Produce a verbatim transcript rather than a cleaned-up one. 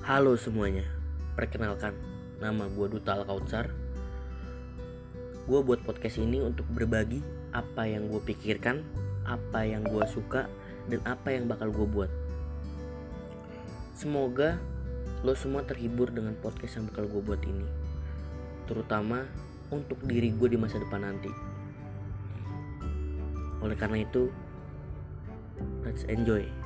Halo semuanya, perkenalkan, nama gue Duta Al-Kautsar. Gue buat podcast ini untuk berbagi apa yang gue pikirkan, apa yang gue suka, dan apa yang bakal gue buat. Semoga lo semua terhibur dengan podcast yang bakal gue buat ini, terutama untuk diri gue di masa depan nanti. Oleh karena itu, let's enjoy.